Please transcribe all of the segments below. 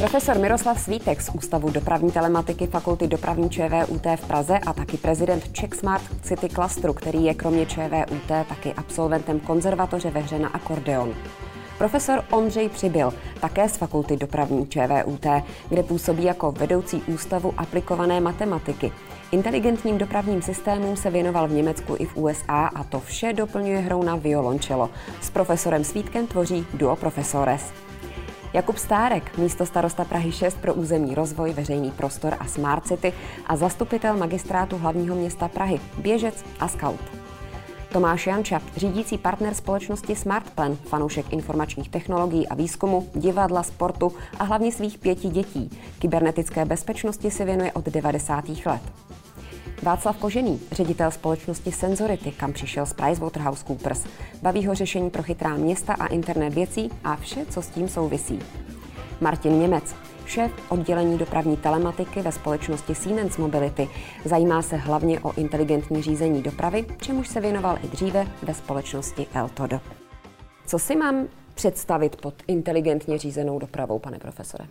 Profesor Miroslav Svítek z Ústavu dopravní telematiky Fakulty dopravní ČVUT v Praze a taky prezident Czech Smart City Clusteru, který je kromě ČVUT taky absolventem konzervatoře ve hře na akordeon. Profesor Ondřej Přibyl, také z Fakulty dopravní ČVUT, kde působí jako vedoucí Ústavu aplikované matematiky. Inteligentním dopravním systémům se věnoval v Německu i v USA a to vše doplňuje hrou na violoncello. S profesorem Svítkem tvoří duo Profesores. Jakub Stárek, místostarosta Prahy 6 pro územní rozvoj, veřejný prostor a Smart City a zastupitel magistrátu hlavního města Prahy, běžec a skaut. Tomáš Janča, řídící partner společnosti SmartPlan, fanoušek informačních technologií a výzkumu, divadla, sportu a hlavně svých 5 dětí. Kybernetické bezpečnosti se věnuje od 90. let. Václav Kožený, ředitel společnosti Senzority, kam přišel z PricewaterhouseCoopers. Baví ho řešení pro chytrá města a internet věcí a vše, co s tím souvisí. Martin Němec, šéf oddělení dopravní telematiky ve společnosti Siemens Mobility. Zajímá se hlavně o inteligentní řízení dopravy, čemuž se věnoval i dříve ve společnosti Eltodo. Co si mám představit pod inteligentně řízenou dopravou, pane profesore?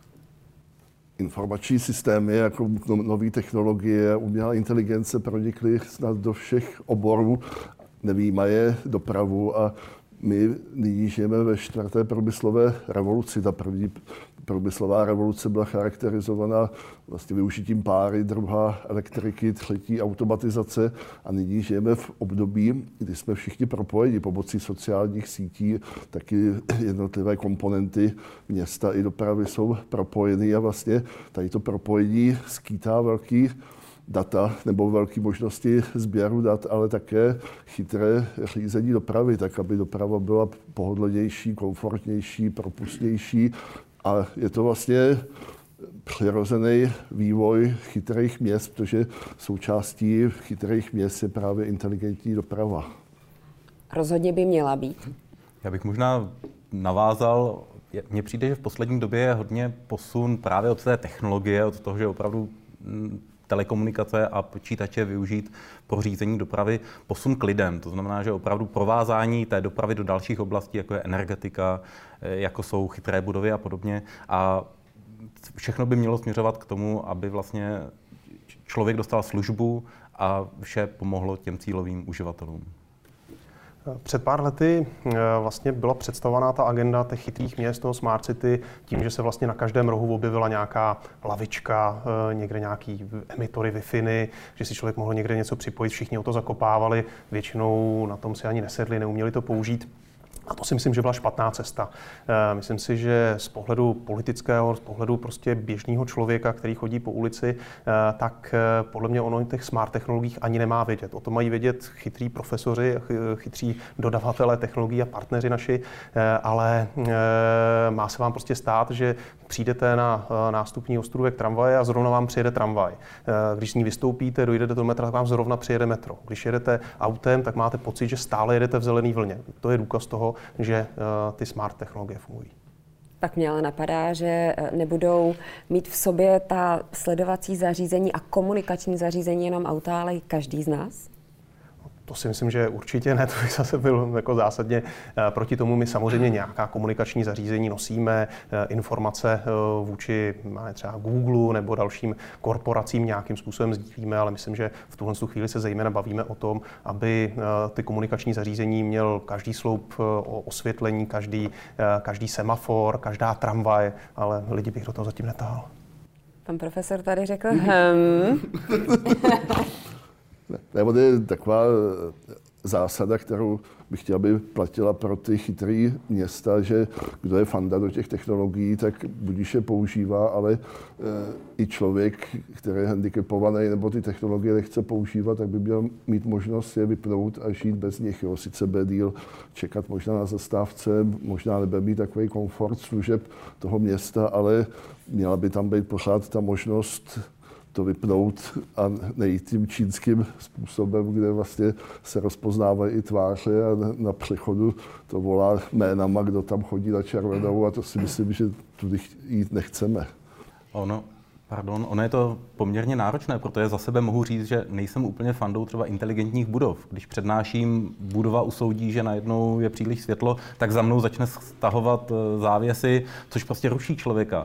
Informační systémy, jako nové technologie, umělá inteligence pronikly snad do všech oborů, nevyjímaje dopravu a my nyní žijeme ve 4. průmyslové revoluci. Ta první průmyslová revoluce byla charakterizovaná vlastně využitím páry, druhá elektriky, třetí automatizace a nyní žijeme v období, kdy jsme všichni propojeni pomocí sociálních sítí, taky jednotlivé komponenty města i dopravy jsou propojeny a vlastně tady to propojení skýtá velký data nebo velké možnosti sběru dat, ale také chytré řízení dopravy, tak aby doprava byla pohodlnější, komfortnější, propustnější. A je to vlastně přirozený vývoj chytrých měst, protože součástí chytrých měst je právě inteligentní doprava. Rozhodně by měla být. Já bych možná navázal, mně přijde, že v poslední době je hodně posun právě od té technologie, od toho, že opravdu telekomunikace a počítače využít pro řízení dopravy, posun k lidem. To znamená, že opravdu provázání té dopravy do dalších oblastí, jako je energetika, jako jsou chytré budovy a podobně. A všechno by mělo směřovat k tomu, aby vlastně člověk dostal službu a vše pomohlo těm cílovým uživatelům. Před pár lety vlastně byla představovaná ta agenda těch chytrých měst, toho Smart City, tím, že se vlastně na každém rohu objevila nějaká lavička, někde nějaký emitory Wi-Fi, že si člověk mohl někde něco připojit, všichni o to zakopávali, většinou na tom si ani nesedli, neuměli to použít. A to si myslím, že byla špatná cesta. Myslím si, že z pohledu politického, z pohledu prostě běžného člověka, který chodí po ulici, tak podle mě ono o těch smart technologiích ani nemá vědět. O to mají vědět chytrý profesoři, chytří dodavatelé technologií a partneři naši, ale má se vám prostě stát, že přijdete na nástupní ostrůvek tramvaje a zrovna vám přijede tramvaj. Když s ní vystoupíte, dojdete do metra, tak vám zrovna přijede metro. Když jedete autem, tak máte pocit, že stále jedete v zelené vlně. To je důkaz toho, že ty smart technologie fungují. Tak mě ale napadá, že nebudou mít v sobě ta sledovací zařízení a komunikační zařízení jenom auta, ale i každý z nás? To si myslím, že určitě ne, to bych zase byl jako zásadně proti tomu. My samozřejmě nějaká komunikační zařízení nosíme, informace vůči třeba Google nebo dalším korporacím nějakým způsobem sdílíme, ale myslím, že v tuhle chvíli se zejména bavíme o tom, aby ty komunikační zařízení měl každý sloup osvětlení, každý semafor, každá tramvaj, ale lidi bych do toho zatím netáhl. Pan profesor tady řekl Nebo to je taková zásada, kterou bych chtěl, aby platila pro ty chytrý města, že kdo je fanda do těch technologií, tak budíš je používá, ale i člověk, který je handicapovaný nebo ty technologie nechce používat, tak by měl mít možnost je vypnout a žít bez nich. Jo. Sice bude díl čekat možná na zastávce, možná nebude mít takový komfort služeb toho města, ale měla by tam být pořád ta možnost to vypnout a nejít tím čínským způsobem, kde vlastně se rozpoznávají i tváře a na přechodu to volá jménama, kdo tam chodí na červenou a to si myslím, že tudy jít nechceme. Ono je to poměrně náročné, protože za sebe mohu říct, že nejsem úplně fandou třeba inteligentních budov. Když přednáším, budova usoudí, že najednou je příliš světlo, tak za mnou začne stahovat závěsy, což prostě ruší člověka.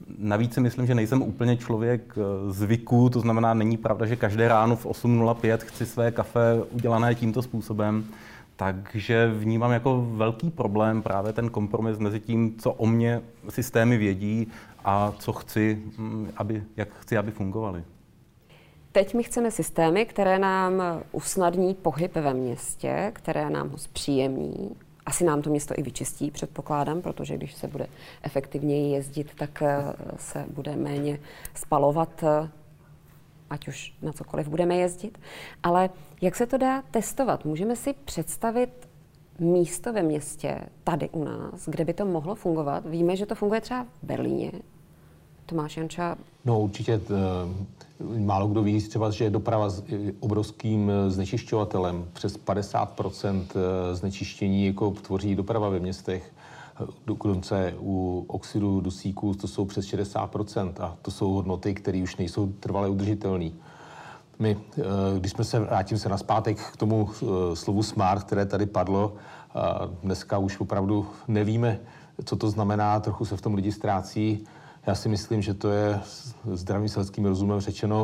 Navíc si myslím, že nejsem úplně člověk zvyků, to znamená, není pravda, že každé ráno v 8:05 chci své kafe udělané tímto způsobem. Takže vnímám jako velký problém právě ten kompromis mezi tím, co o mě systémy vědí a co chci, aby fungovaly. Teď my chceme systémy, které nám usnadní pohyb ve městě, které nám ho zpříjemní. Asi nám to město i vyčistí, předpokládám, protože když se bude efektivněji jezdit, tak se bude méně spalovat, ať už na cokoliv budeme jezdit. Ale jak se to dá testovat? Můžeme si představit místo ve městě, tady u nás, kde by to mohlo fungovat? Víme, že to funguje třeba v Berlíně. Tomáš Janča. No určitě málo kdo ví třeba, že doprava je obrovským znečišťovatelem. Přes 50% znečištění jako tvoří doprava ve městech. Dokonce u oxidu dusíku to jsou přes 60% a to jsou hodnoty, které už nejsou trvale udržitelné. My, když jsme vrátím se nazpátek k tomu slovu smart, které tady padlo, dneska už opravdu nevíme, co to znamená, trochu se v tom lidi ztrácí. Já si myslím, že to je zdravým selským rozumem řečeno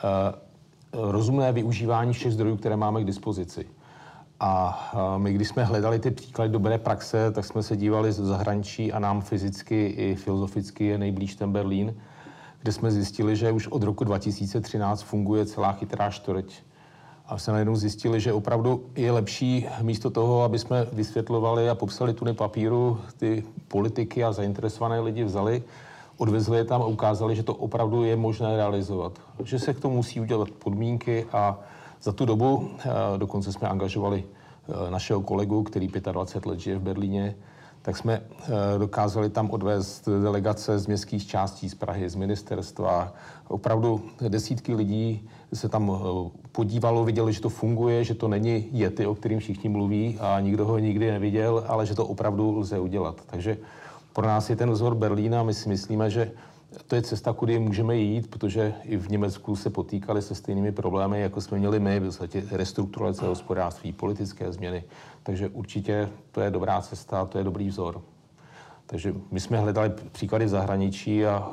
rozumné využívání všech zdrojů, které máme k dispozici. A my, když jsme hledali ty příklady dobré praxe, tak jsme se dívali z zahraničí a nám fyzicky i filozoficky je nejblíž ten Berlín, kde jsme zjistili, že už od roku 2013 funguje celá chytrá čtvrť. A se najednou zjistili, že opravdu je lepší místo toho, aby jsme vysvětlovali a popsali tuny papíru, ty politiky a zainteresované lidi vzali, odvezli je tam a ukázali, že to opravdu je možné realizovat. Že se k tomu musí udělat podmínky a za tu dobu, dokonce jsme angažovali našeho kolegu, který 25 let žije v Berlíně, tak jsme dokázali tam odvést delegace z městských částí, z Prahy, z ministerstva. Opravdu desítky lidí se tam podívalo, viděli, že to funguje, že to není Yeti, o kterým všichni mluví a nikdo ho nikdy neviděl, ale že to opravdu lze udělat. Takže pro nás je ten vzor Berlína, my si myslíme, že to je cesta, kudy můžeme jít, protože i v Německu se potýkali se stejnými problémy, jako jsme měli my, v podstatě restrukturalizace hospodářství, politické změny. Takže určitě to je dobrá cesta, to je dobrý vzor. Takže my jsme hledali příklady v zahraničí a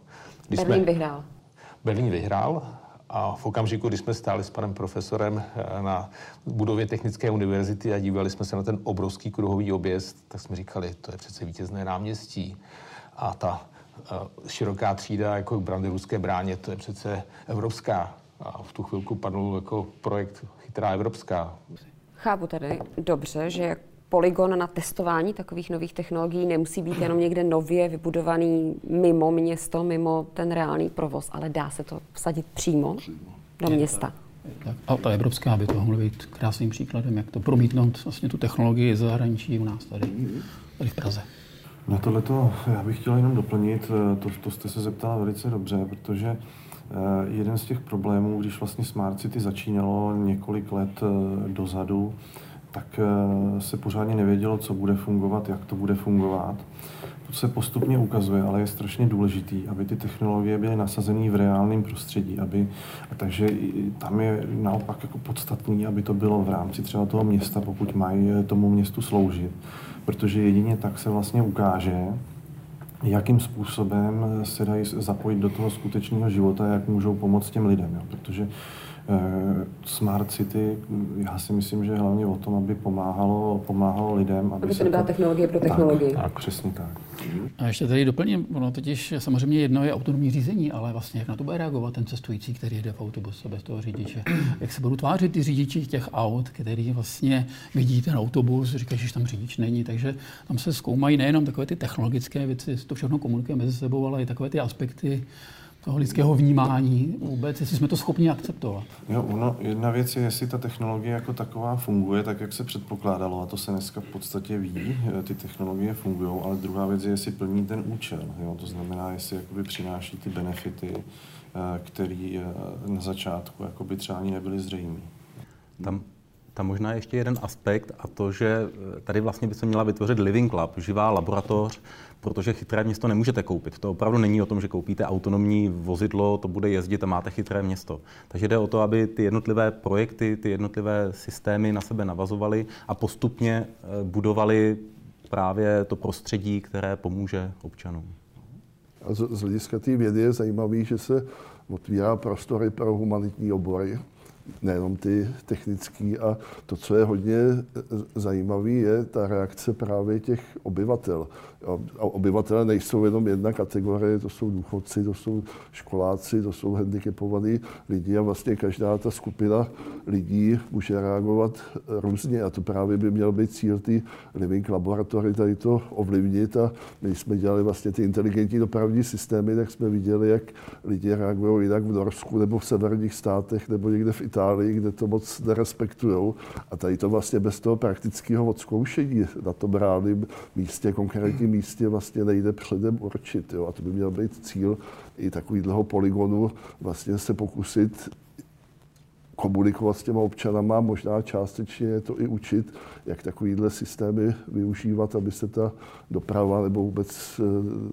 Berlín vyhrál a v okamžiku, kdy jsme stáli s panem profesorem na budově Technické univerzity a dívali jsme se na ten obrovský kruhový objezd, tak jsme říkali, to je přece vítězné náměstí a ta široká třída jako k Brandenburské bráně, to je přece evropská. A v tu chvilku padl jako projekt Chytrá evropská. Chápu tedy dobře, že polygon na testování takových nových technologií nemusí být jenom někde nově vybudovaný mimo město, mimo ten reálný provoz, ale dá se to vsadit přímo do města. Tak, a ta evropská by to mohla být krásným příkladem, jak to promítnout vlastně tu technologii ze zahraničí u nás tady v Praze. Na tohleto já bych chtěl jenom doplnit, to jste se zeptala velice dobře, protože jeden z těch problémů, když vlastně Smart City začínalo několik let dozadu, tak se pořádně nevědělo, co bude fungovat, jak to bude fungovat. To se postupně ukazuje, ale je strašně důležitý, aby ty technologie byly nasazené v reálném prostředí. Takže tam je naopak jako podstatný, aby to bylo v rámci třeba toho města, pokud mají tomu městu sloužit. Protože jedině tak se vlastně ukáže, jakým způsobem se dají zapojit do toho skutečného života, jak můžou pomoct těm lidem. Jo? Protože Smart City, já si myslím, že hlavně o tom, aby pomáhalo lidem. Aby to nebyla technologie pro technologii. Tak, přesně tak. A ještě tady doplním, ono totiž samozřejmě jedno je autonomní řízení, ale vlastně jak na to bude reagovat ten cestující, který jede v autobuse bez toho řidiče. Jak se budou tvářit ty řidiči těch aut, který vlastně vidí ten autobus, říkají, že tam řidič není, takže tam se zkoumají nejenom takové ty technologické věci, to všechno komunikuje mezi sebou, ale i takové ty aspekty toho lidského vnímání vůbec, jestli jsme to schopni akceptovat. Jo, jedna věc je, jestli ta technologie jako taková funguje, tak jak se předpokládalo, a to se dneska v podstatě ví, ty technologie fungují, ale druhá věc je, jestli plní ten účel. Jo? To znamená, jestli jakoby přináší ty benefity, které na začátku jakoby třeba ani nebyly zřejmé. Tam možná ještě jeden aspekt a to, že tady vlastně by se měla vytvořit Living Lab, živá laboratoř, protože chytré město nemůžete koupit. To opravdu není o tom, že koupíte autonomní vozidlo, to bude jezdit a máte chytré město. Takže jde o to, aby ty jednotlivé projekty, ty jednotlivé systémy na sebe navazovaly a postupně budovaly právě to prostředí, které pomůže občanům. A z hlediska té vědy je zajímavý, že se otvírá prostory pro humanitní obory, nejenom ty technický. A to, co je hodně zajímavé, je ta reakce právě těch obyvatel. A obyvatelé nejsou jenom jedna kategorie, to jsou důchodci, to jsou školáci, to jsou handicapovaní lidi a vlastně každá ta skupina lidí může reagovat různě a to právě by měl být cíl té Living Laboratory, tady to ovlivnit a my jsme dělali vlastně ty inteligentní dopravní systémy, tak jsme viděli, jak lidi reagují jinak v Norsku nebo v severních státech nebo někde v Itálii, kde to moc nerespektujou a tady to vlastně bez toho praktického odzkoušení na tom reálném místě, konkrétním místě vlastně nejde předem určit. Jo? A to by měl být cíl i takového polygonu vlastně se pokusit komunikovat s těma občanama, možná částečně to i učit, jak takovýhle systémy využívat, aby se ta doprava nebo vůbec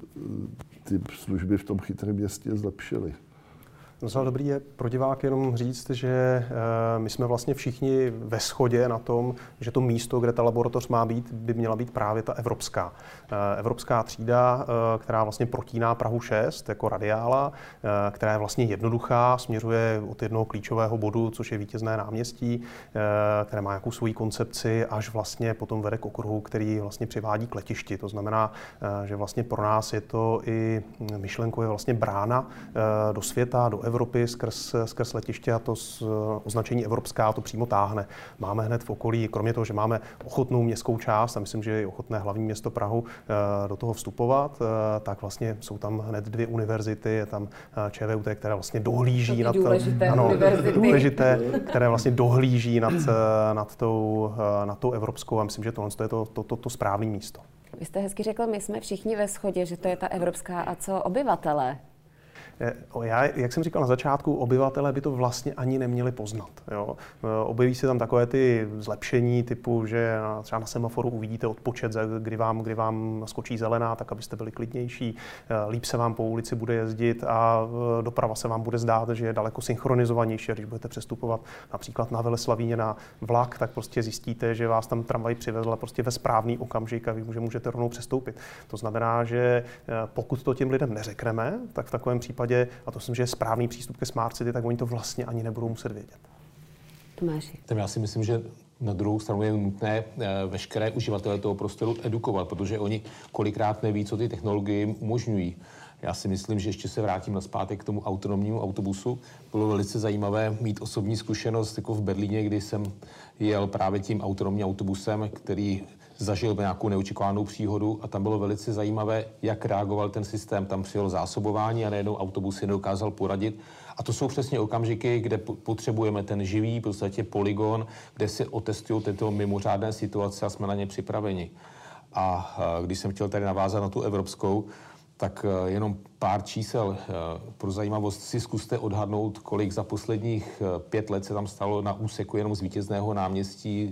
ty služby v tom chytrém městě zlepšily. Docela dobrý je pro diváky jenom říct, že my jsme vlastně všichni ve shodě na tom, že to místo, kde ta laboratoř má být, by měla být právě ta evropská. Evropská třída, která vlastně protíná Prahu 6 jako radiála, která je vlastně jednoduchá, směřuje od jednoho klíčového bodu, což je Vítězné náměstí, které má nějakou svoji koncepci, až vlastně potom vede k okruhu, který vlastně přivádí k letišti. To znamená, že vlastně pro nás je to i myšlenkově vlastně brána do světa, do Evropy skrz letiště a to označení evropská to přímo táhne. Máme hned v okolí, kromě toho, že máme ochotnou městskou část a myslím, že je ochotné hlavní město Prahu do toho vstupovat, tak vlastně jsou tam hned 2 univerzity, je tam ČVUT, které vlastně dohlíží nad důležité, které vlastně dohlíží nad tou evropskou a myslím, že tohle je to správné místo. Vy jste hezky řekl, my jsme všichni ve shodě, že to je ta evropská a co obyvatelé? Já, jak jsem říkal na začátku, obyvatelé by to vlastně ani neměli poznat. Jo. Objeví se tam takové ty zlepšení typu, že třeba na semaforu uvidíte odpočet, kdy vám skočí zelená, tak abyste byli klidnější, líp se vám po ulici bude jezdit a doprava se vám bude zdát, že je daleko synchronizovanější. Když budete přestupovat například na Veleslavíně na vlak, tak prostě zjistíte, že vás tam tramvaj přivezla prostě ve správný okamžik a vy můžete rovnou přestoupit. To znamená, že pokud to těm lidem neřekneme, tak v takovém případě, a to myslím, že je správný přístup ke Smart City, tak oni to vlastně ani nebudou muset vědět. Tomáši. Já si myslím, že na druhou stranu je nutné veškeré uživatele toho prostoru edukovat, protože oni kolikrát neví, co ty technologie jim umožňují. Já si myslím, že ještě se vrátím nazpátek k tomu autonomnímu autobusu. Bylo velice zajímavé mít osobní zkušenost jako v Berlíně, kdy jsem jel právě tím autonomním autobusem, který zažil nějakou neočekávanou příhodu a tam bylo velice zajímavé, jak reagoval ten systém. Tam přijel zásobování a najednou autobus si nedokázal poradit. A to jsou přesně okamžiky, kde potřebujeme ten živý, v podstatě polygon, kde si otestují tyto mimořádné situace a jsme na ně připraveni. A když jsem chtěl tady navázat na tu evropskou, tak jenom pár čísel. Pro zajímavost si zkuste odhadnout, kolik za posledních 5 let se tam stalo na úseku jenom z Vítězného náměstí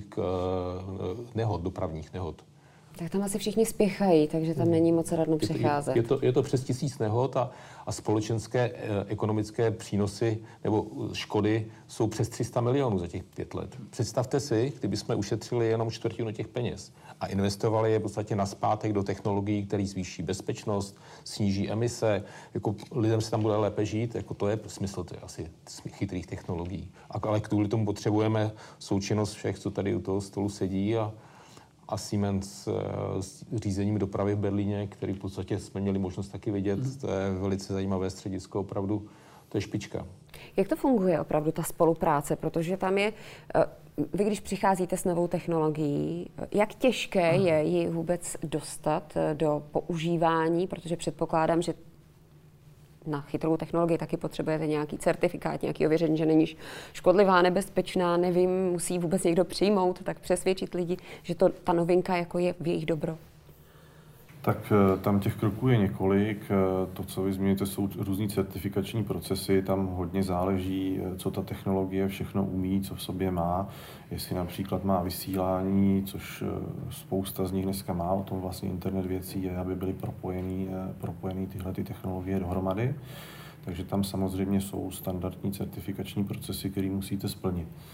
dopravních nehod. Tak tam asi všichni spěchají, takže tam není moc radno přecházet. Je to přes 1000 nehod a společenské ekonomické přínosy nebo škody jsou přes 300 milionů za těch 5 let. Představte si, kdybychom ušetřili jenom 1/4 těch peněz a investovali je v podstatě nazpátek do technologií, které zvýší bezpečnost, sníží emise, jako lidem se tam bude lépe žít, jako to je smysl asi chytrých technologií. Ale kvůli tomu potřebujeme součinnost všech, co tady u toho stolu sedí a Siemens s řízením dopravy v Berlíně, který v podstatě jsme měli možnost taky vidět. To je velice zajímavé středisko, opravdu to je špička. Jak to funguje opravdu, ta spolupráce? Protože tam je, vy když přicházíte s novou technologií, jak těžké je ji vůbec dostat do používání, protože předpokládám, že na chytrou technologii taky potřebujete nějaký certifikát, nějaký ověření, že není škodlivá, nebezpečná, nevím, musí vůbec někdo přijmout, tak přesvědčit lidi, že ta novinka jako je v jejich dobro. Tak tam těch kroků je několik. To, co vy zmíníte, jsou různý certifikační procesy. Tam hodně záleží, co ta technologie všechno umí, co v sobě má. Jestli například má vysílání, což spousta z nich dneska má, o tom vlastně internet věcí je, aby byly propojený tyhle technologie dohromady. Takže tam samozřejmě jsou standardní certifikační procesy, které musíte splnit.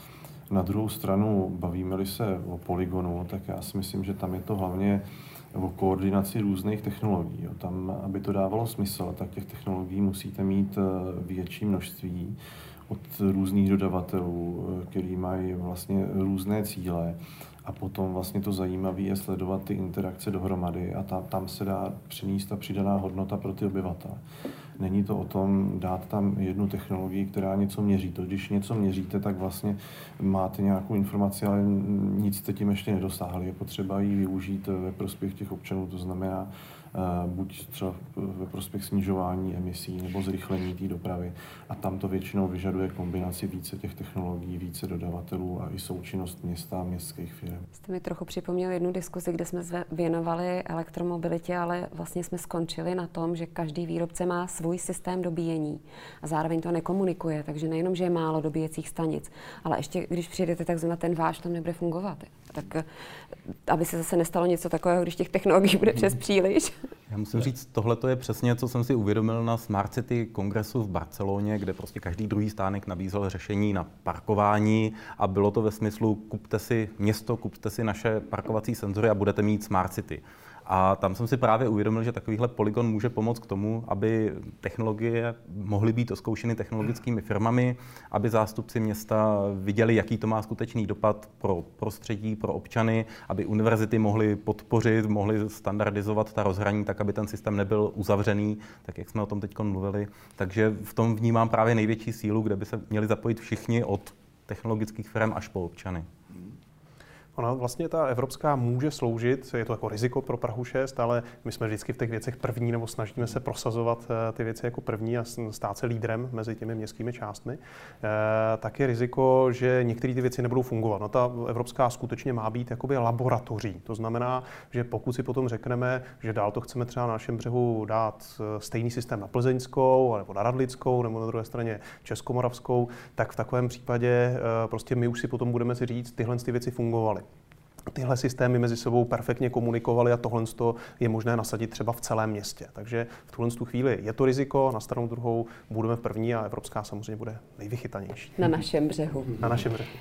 Na druhou stranu, bavíme-li se o polygonu, tak já si myslím, že tam je to hlavně o koordinaci různých technologií. Jo. Tam, aby to dávalo smysl, tak těch technologií musíte mít větší množství od různých dodavatelů, který mají vlastně různé cíle. A potom vlastně to zajímavé je sledovat ty interakce dohromady a tam se dá přinést ta přidaná hodnota pro ty obyvatele. Není to o tom dát tam jednu technologii, která něco měří. To, když něco měříte, tak vlastně máte nějakou informaci, ale nic jste tím ještě nedosáhli. Je potřeba ji využít ve prospěch těch občanů, to znamená buď třeba ve prospěch snižování emisí nebo zrychlení té dopravy. A tam to většinou vyžaduje kombinaci více těch technologií, více dodavatelů a i součinnost města a městských firm. Jste mi trochu připomněl jednu diskuzi, kde jsme věnovali elektromobilitě, ale vlastně jsme skončili na tom, že každý výrobce má svůj systém dobíjení a zároveň to nekomunikuje, takže nejenom, že je málo dobíjecích stanic, ale ještě když přijedete, tak zrovna ten váš tam nebude fungovat. Tak aby se zase nestalo něco takového, když těch technologií bude přes příliš. Já musím říct, tohle je přesně, co jsem si uvědomil na Smart City kongresu v Barceloně, kde prostě každý druhý stánek nabízel řešení na parkování a bylo to ve smyslu kupte si město, kupte si naše parkovací senzory a budete mít Smart City. A tam jsem si právě uvědomil, že takovýhle polygon může pomoct k tomu, aby technologie mohly být oskoušeny technologickými firmami, aby zástupci města viděli, jaký to má skutečný dopad pro prostředí, pro občany, aby univerzity mohly podpořit, mohly standardizovat ta rozhraní tak, aby ten systém nebyl uzavřený, tak jak jsme o tom teď mluvili. Takže v tom vnímám právě největší sílu, kde by se měli zapojit všichni od technologických firm až po občany. Ona vlastně ta evropská může sloužit, je to jako riziko pro Prahu 6, ale my jsme vždycky v těch věcech první, nebo snažíme se prosazovat ty věci jako první a stát se lídrem mezi těmi městskými částmi. Tak je riziko, že některé ty věci nebudou fungovat. No ta evropská skutečně má být jakoby laboratoří. To znamená, že pokud si potom řekneme, že dál to chceme třeba na našem břehu dát stejný systém na Plzeňskou, nebo na Radlickou, nebo na druhé straně Českomoravskou, tak v takovém případě prostě my už si potom budeme si říct, tyhle ty věci fungovaly. Tyhle systémy mezi sebou perfektně komunikovaly a tohle je možné nasadit třeba v celém městě. Takže v tuhle chvíli je to riziko, na stranu druhou budeme první a evropská samozřejmě bude nejvychytanější. Na našem břehu. Na našem břehu.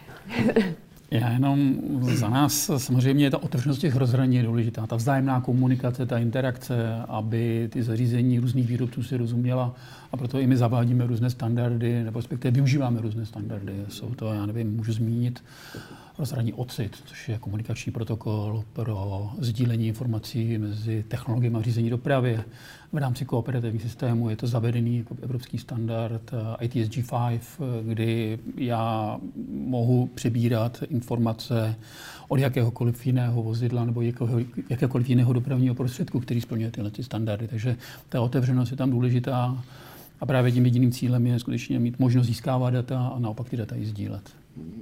Já jenom za nás samozřejmě ta otevřenost těch rozhraní je důležitá. Ta vzájemná komunikace, ta interakce, aby ty zařízení různých výrobců si rozuměla a proto i my zavádíme různé standardy, nebo respektive využíváme různé standardy. Jsou to, já nevím, můžu zmínit rozhraní OCIT, což je komunikační protokol pro sdílení informací mezi technologiemi a řízení dopravy. V rámci kooperativních systémů je to zavedený jako evropský standard ITSG5, kdy já mohu přebírat informace od jakéhokoliv jiného vozidla nebo jakéhokoliv jiného dopravního prostředku, který splňuje tyhle standardy. Takže ta otevřenost je tam důležitá a právě tím jediným cílem je skutečně mít možnost získávat data a naopak ty data i sdílet.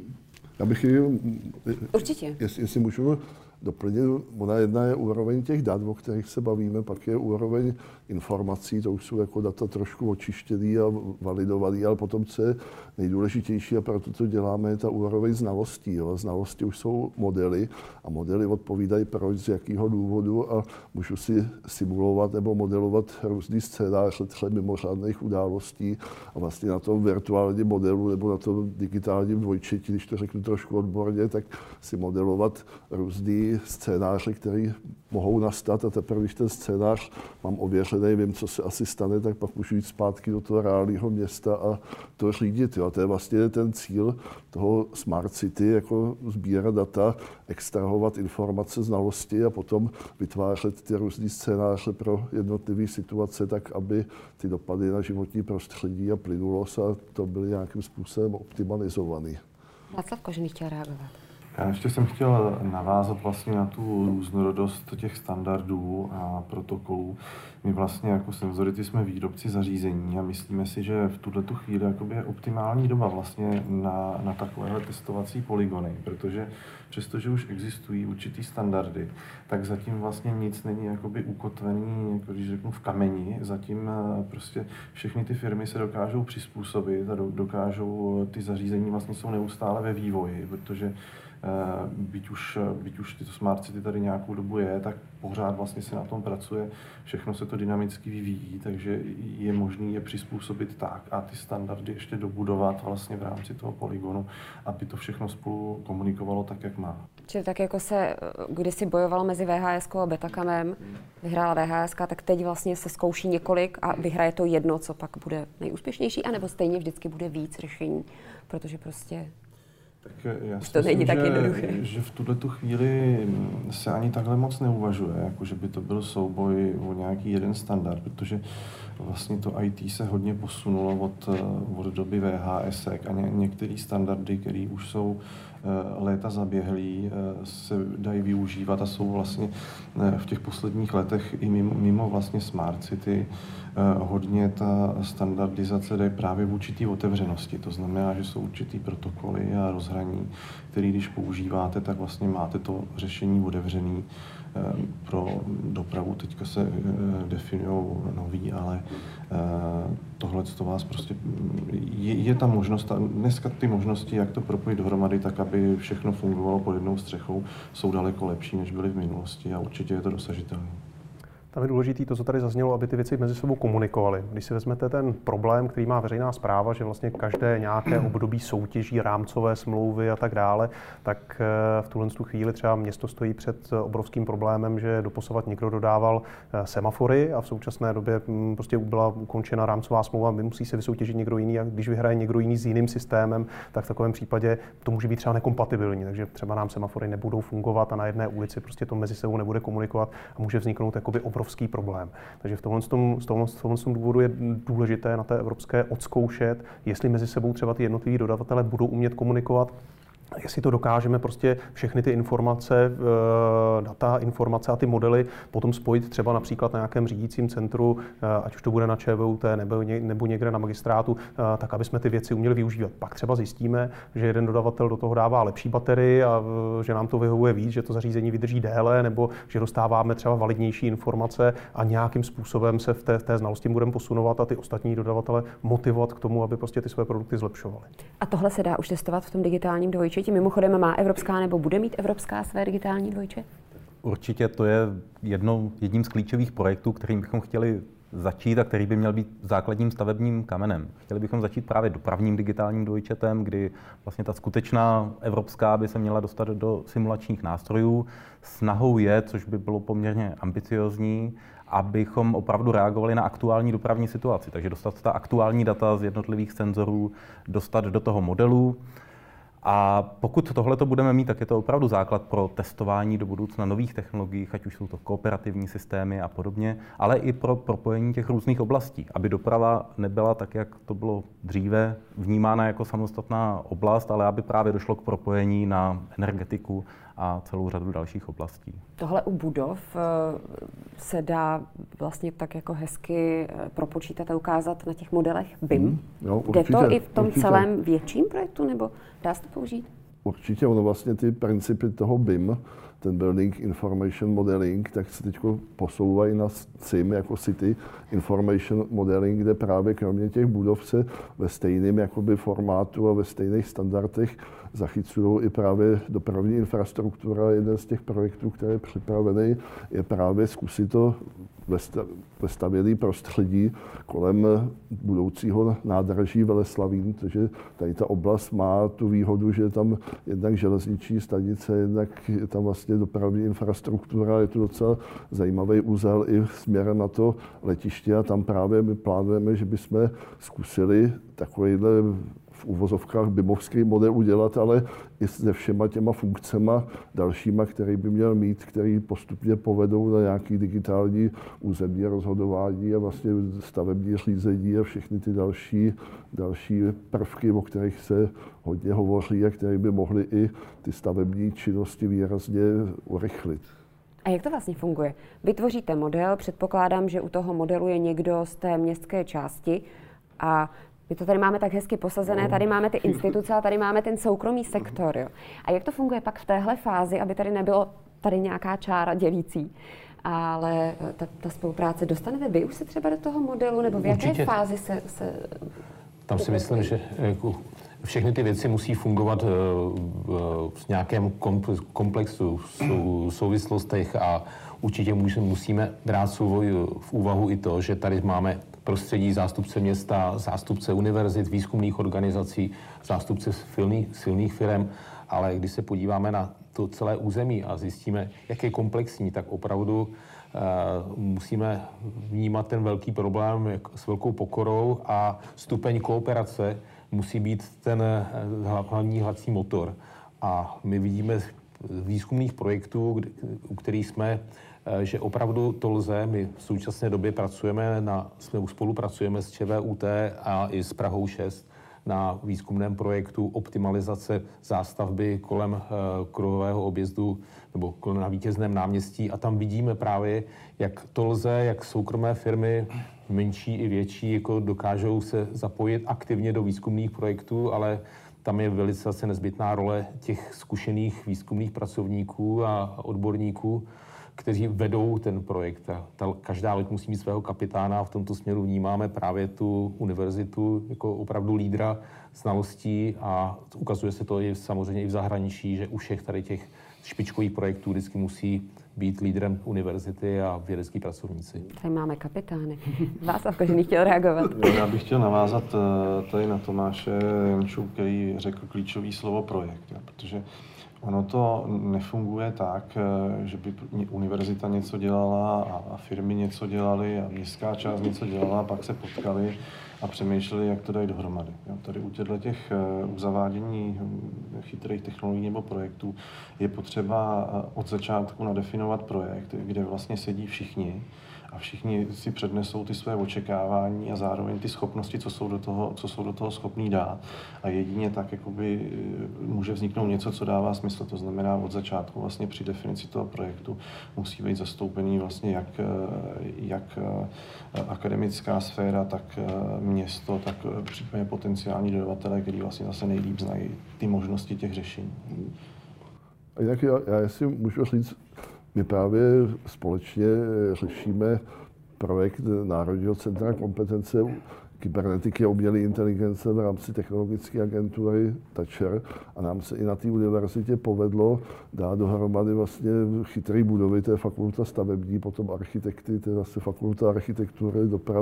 Já bych Určitě. Jestli můžu doplnit, ona jedna je úroveň těch dat, o kterých se bavíme, pak je úroveň informací, to už jsou jako data trošku očištěný a validovaný, ale potom, co je nejdůležitější a proto to děláme, je ta úroveň znalostí. Jo. Znalosti už jsou modely a modely odpovídají proč, z jakého důvodu a můžu si simulovat nebo modelovat různý scénáře třeba mimořádných událostí a vlastně na tom virtuálním modelu nebo na tom digitálním dvojčeti, když to řeknu trošku odborně, tak si modelovat různý scénáře, které mohou nastat a teprve, když ten scénář mám ověřený, vím, co se asi stane, tak pak můžu jít zpátky do toho reálného města a to řídit. Jo. A to je vlastně ten cíl toho Smart City, jako sbírat data, extrahovat informace, znalosti a potom vytvářet ty různý scénáře pro jednotlivé situace, tak aby ty dopady na životní prostředí a plynulost a to byly nějakým způsobem optimalizovaný. Václav Kožený chtěl reagovat. Já ještě jsem chtěl navázat vlastně na tu různorodost těch standardů a protokolů. My vlastně jako Senzority jsme výrobci zařízení a myslíme si, že v tuhletu chvíli je optimální doba vlastně na takovéhle testovací polygony, protože přestože už existují určitý standardy, tak zatím vlastně nic není jakoby ukotvený, jako když řeknu v kameni, zatím prostě všechny ty firmy se dokážou přizpůsobit a dokážou, ty zařízení vlastně jsou neustále ve vývoji, protože byť už tyto smart city tady nějakou dobu je, tak pořád vlastně se na tom pracuje, všechno se to dynamicky vyvíjí, takže je možné je přizpůsobit tak a ty standardy ještě dobudovat vlastně v rámci toho polygonu, aby to všechno spolu komunikovalo tak, jak má. Čili tak jako se kdysi bojovalo mezi VHS a Betacamem, vyhrála VHS, tak teď vlastně se zkouší několik a vyhraje to jedno, co pak bude nejúspěšnější, anebo stejně vždycky bude víc řešení, protože prostě tak já to není tak jednoduché. Že v tuhletu chvíli se ani takhle moc neuvažuje, jako že by to byl souboj o nějaký jeden standard, protože vlastně to IT se hodně posunulo od doby VHS a některé standardy, které už jsou léta zaběhlý, se dají využívat a jsou vlastně v těch posledních letech i mimo vlastně Smart City hodně ta standardizace jde právě v určitý otevřenosti. To znamená, že jsou určitý protokoly a rozhraní, které když používáte, tak vlastně máte to řešení otevřený. Pro dopravu teďka se definují nový, ale tohle to vás prostě je ta možnost, dneska ty možnosti, jak to propojit dohromady, tak aby všechno fungovalo pod jednou střechou, jsou daleko lepší, než byly v minulosti a určitě je to dosažitelné. Tam je důležité to, co tady zaznělo, aby ty věci mezi sebou komunikovaly. Když si vezmete ten problém, který má veřejná správa, že vlastně každé nějaké období soutěží, rámcové smlouvy a tak dále, tak v tuhle chvíli třeba město stojí před obrovským problémem, že doposavad někdo dodával semafory a v současné době prostě byla ukončena rámcová smlouva, musí se vysoutěžit někdo jiný a když vyhraje někdo jiný s jiným systémem, tak v takovém případě to může být třeba nekompatibilní, takže třeba nám semafory nebudou fungovat a na jedné ulici prostě to mezi sebou nebude komunikovat a může vzniknout jakoby obrovský problém. Takže v tomhle důvodu je důležité na té evropské odzkoušet, jestli mezi sebou třeba ty jednotliví dodavatelé budou umět komunikovat, jestli to dokážeme prostě všechny ty informace, data, informace a ty modely potom spojit třeba například na nějakém řídícím centru, ať už to bude na ČVUT nebo někde na magistrátu, tak aby jsme ty věci uměli využívat. Pak třeba zjistíme, že jeden dodavatel do toho dává lepší baterii a že nám to vyhovuje víc, že to zařízení vydrží déle, nebo že dostáváme třeba validnější informace a nějakým způsobem se v té znalosti budeme posunovat a ty ostatní dodavatele motivovat k tomu, aby prostě ty své produkty zlepšovali. A tohle se dá už testovat v tom digitálním dvojčeti? Mimochodem má evropská nebo bude mít evropská své digitální dvojče? Určitě to je jedním z klíčových projektů, kterým bychom chtěli začít a který by měl být základním stavebním kamenem. Chtěli bychom začít právě dopravním digitálním dvojčetem, kdy vlastně ta skutečná evropská by se měla dostat do simulačních nástrojů. Snahou je, což by bylo poměrně ambiciozní, abychom opravdu reagovali na aktuální dopravní situaci. Takže dostat ta aktuální data z jednotlivých senzorů, dostat do toho modelu. A pokud tohleto budeme mít, tak je to opravdu základ pro testování do budoucna nových technologií, ať už jsou to kooperativní systémy a podobně, ale i pro propojení těch různých oblastí, aby doprava nebyla tak, jak to bylo dříve, vnímána jako samostatná oblast, ale aby právě došlo k propojení na energetiku a celou řadu dalších oblastí. Tohle u budov se dá vlastně tak jako hezky propočítat a ukázat na těch modelech BIM. No, určitě, jde to i v tom celém větším projektu, nebo dá se to použít? Určitě, ono vlastně ty principy toho BIM, ten Building Information Modeling, tak se teď posouvají na CIM jako City Information Modeling, kde právě kromě těch budov se ve stejném jakoby formátu a ve stejných standardech zachycují i právě dopravní infrastruktura. Jeden z těch projektů, který je připravený, je právě zkusit to ve stavěné prostředí kolem budoucího nádraží Veleslavín, protože tady ta oblast má tu výhodu, že je tam jednak železniční stanice, jednak je tam vlastně dopravní infrastruktura, je to docela zajímavý úzel i směrem na to letiště a tam právě my plánujeme, že bychom zkusili takovýhle v uvozovkách BIMovský model udělat, ale i se všema těma funkcema dalšíma, který by měl mít, který postupně povedou na nějaký digitální územní rozhodování a vlastně stavební řízení a všechny ty další prvky, o kterých se hodně hovoří a které by mohly i ty stavební činnosti výrazně urychlit. A jak to vlastně funguje? Vytvoříte model, předpokládám, že u toho modelu je někdo z té městské části a my to tady máme tak hezky posazené, tady máme ty instituce a tady máme ten soukromý sektor. Jo. A jak to funguje pak v téhle fázi, aby tady nebylo tady nějaká čára dělící, ale ta spolupráce, dostanete vy už se třeba do toho modelu, nebo v jaké fázi se tam si myslím, že jako všechny ty věci musí fungovat v nějakém komplexu, v souvislostech a určitě musíme brát v úvahu i to, že tady máme prostředí zástupce města, zástupce univerzit, výzkumných organizací, zástupce silných firm, ale když se podíváme na to celé území a zjistíme, jak je komplexní, tak opravdu musíme vnímat ten velký problém s velkou pokorou a stupeň kooperace musí být ten hlavní hnací motor. A my vidíme z výzkumných projektů, u kterých jsme, že opravdu to lze. My v současné době spolupracujeme s ČVUT a i s Prahou 6 na výzkumném projektu optimalizace zástavby kolem kruhového objezdu nebo na Vítězném náměstí a tam vidíme právě, jak to lze, jak soukromé firmy, menší i větší, jako dokážou se zapojit aktivně do výzkumných projektů, ale tam je velice asi nezbytná role těch zkušených výzkumných pracovníků a odborníků, kteří vedou ten projekt. Každá loď musí mít svého kapitána a v tomto směru vnímáme právě tu univerzitu jako opravdu lídra znalostí a ukazuje se to i samozřejmě i v zahraničí, že u všech tady těch špičkových projektů vždycky musí být lídrem univerzity a vědecký pracovníci. Tady máme kapitány. Václav Kožený chtěl reagovat. Já bych chtěl navázat tady na Tomáše Jančů, který řekl klíčové slovo projekt, protože ono to nefunguje tak, že by univerzita něco dělala a firmy něco dělaly a městská část něco dělala a pak se potkali a přemýšleli, jak to dají dohromady. Tady u těch zavádění chytrých technologií nebo projektů je potřeba od začátku nadefinovat projekt, kde vlastně sedí všichni a všichni si přednesou ty své očekávání a zároveň ty schopnosti, co jsou do toho schopní dát. A jedině tak jakoby může vzniknout něco, co dává smysl. To znamená, od začátku vlastně při definici toho projektu musí být zastoupený vlastně jak akademická sféra, tak město, tak případně potenciální dodavatelé, kteří vlastně zase nejlíp znají ty možnosti těch řešení. A jinak já jestli můžu říct, my právě společně řešíme projekt Národního centra kompetence kybernetiky a umělé inteligence v rámci technologické agentury TAČR a nám se i na té univerzitě povedlo dát dohromady vlastně chytré budovy, to je fakulta stavební, potom architekty, to je zase fakulta architektury,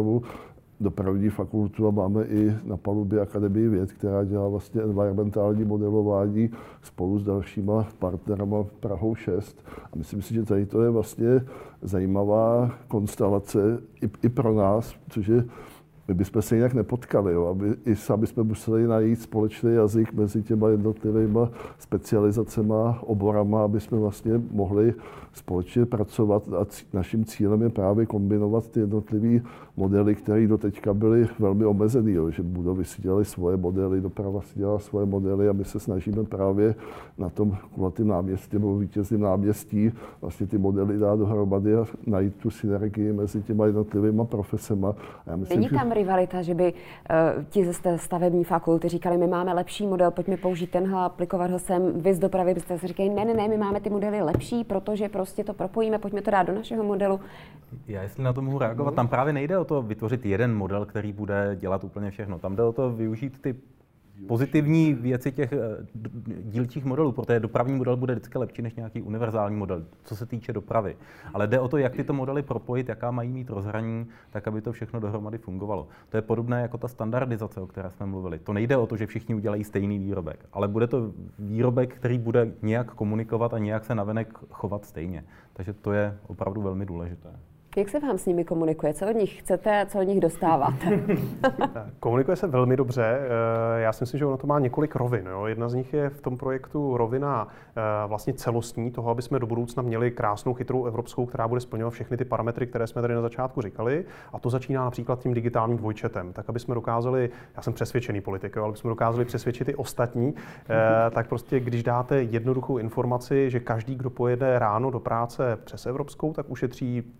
dopravní fakultu a máme i na palubě Akademii věd, která dělá vlastně environmentální modelování spolu s dalšíma partnerama Prahou 6. A myslím si, že tady to je vlastně zajímavá konstelace i pro nás, protože my bychom se jinak nepotkali, jo, i sami jsme museli najít společný jazyk mezi těma jednotlivými specializacema, oborama, aby jsme vlastně mohli společně pracovat a naším cílem je právě kombinovat ty jednotlivé modely, které doteďka byly velmi omezený, jo, že budovy si dělaly svoje modely, doprava si dělala svoje modely a my se snažíme právě na tom kulatém náměstí nebo Vítězném náměstí vlastně ty modely dát dohromady a najít tu synergii mezi těma jednotlivými profesema. Není tam rivalita, že by ti ze stavební fakulty říkali, my máme lepší model, pojďme použít tenhle, aplikovat ho sem, vy z dopravy byste si říkali, ne, my máme ty modely lepší, protože prostě to propojíme, pojďme to dát do našeho modelu. Já jestli na to mohu reagovat, tam právě nejde o to vytvořit jeden model, který bude dělat úplně všechno. Tam jde o to využít ty pozitivní věci těch dílčích modelů, protože dopravní model bude vždycky lepší než nějaký univerzální model, co se týče dopravy. Ale jde o to, jak tyto modely propojit, jaká mají mít rozhraní, tak aby to všechno dohromady fungovalo. To je podobné jako ta standardizace, o které jsme mluvili. To nejde o to, že všichni udělají stejný výrobek, ale bude to výrobek, který bude nějak komunikovat a nějak se navenek chovat stejně. Takže to je opravdu velmi důležité. Jak se vám s nimi komunikuje? Co od nich chcete, co od nich dostáváte? Komunikuje se velmi dobře. Já si myslím, že ono to má několik rovin. Jo. Jedna z nich je v tom projektu rovina vlastně celostní, toho, aby jsme do budoucna měli krásnou, chytrou evropskou, která bude splňovat všechny ty parametry, které jsme tady na začátku říkali. A to začíná například tím digitálním dvojčetem. Tak, aby jsme dokázali, já jsem přesvědčený politik, ale aby jsme dokázali přesvědčit i ostatní, tak prostě, když dáte jednoduchou informaci, že každý, kdo pojede ráno do práce přes evropskou, tak ušetří 1,5 minuty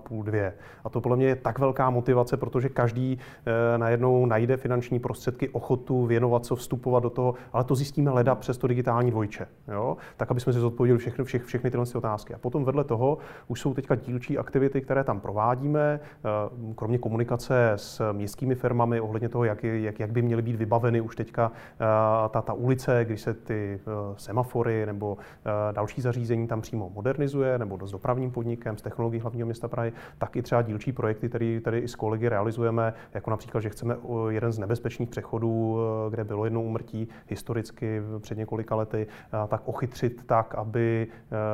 1,5, 2. A to podle mě je tak velká motivace, protože každý najednou najde finanční prostředky, ochotu věnovat se, vstupovat do toho, ale to zjistíme leda přes to digitální dvojče. Jo? Tak, aby jsme si zodpověděli všechny tyhle otázky. A potom vedle toho už jsou teďka dílčí aktivity, které tam provádíme, kromě komunikace s městskými firmami ohledně toho, jak by měly být vybaveny už teďka ta ulice, když se ty semafory nebo další zařízení tam přímo modernizuje, nebo s dopravním podnikem, s technologií hlavního města Prahy, tak i třeba dílčí projekty, které tady i s kolegy realizujeme, jako například, že chceme jeden z nebezpečných přechodů, kde bylo jedno úmrtí historicky před několika lety, tak ochytřit tak, aby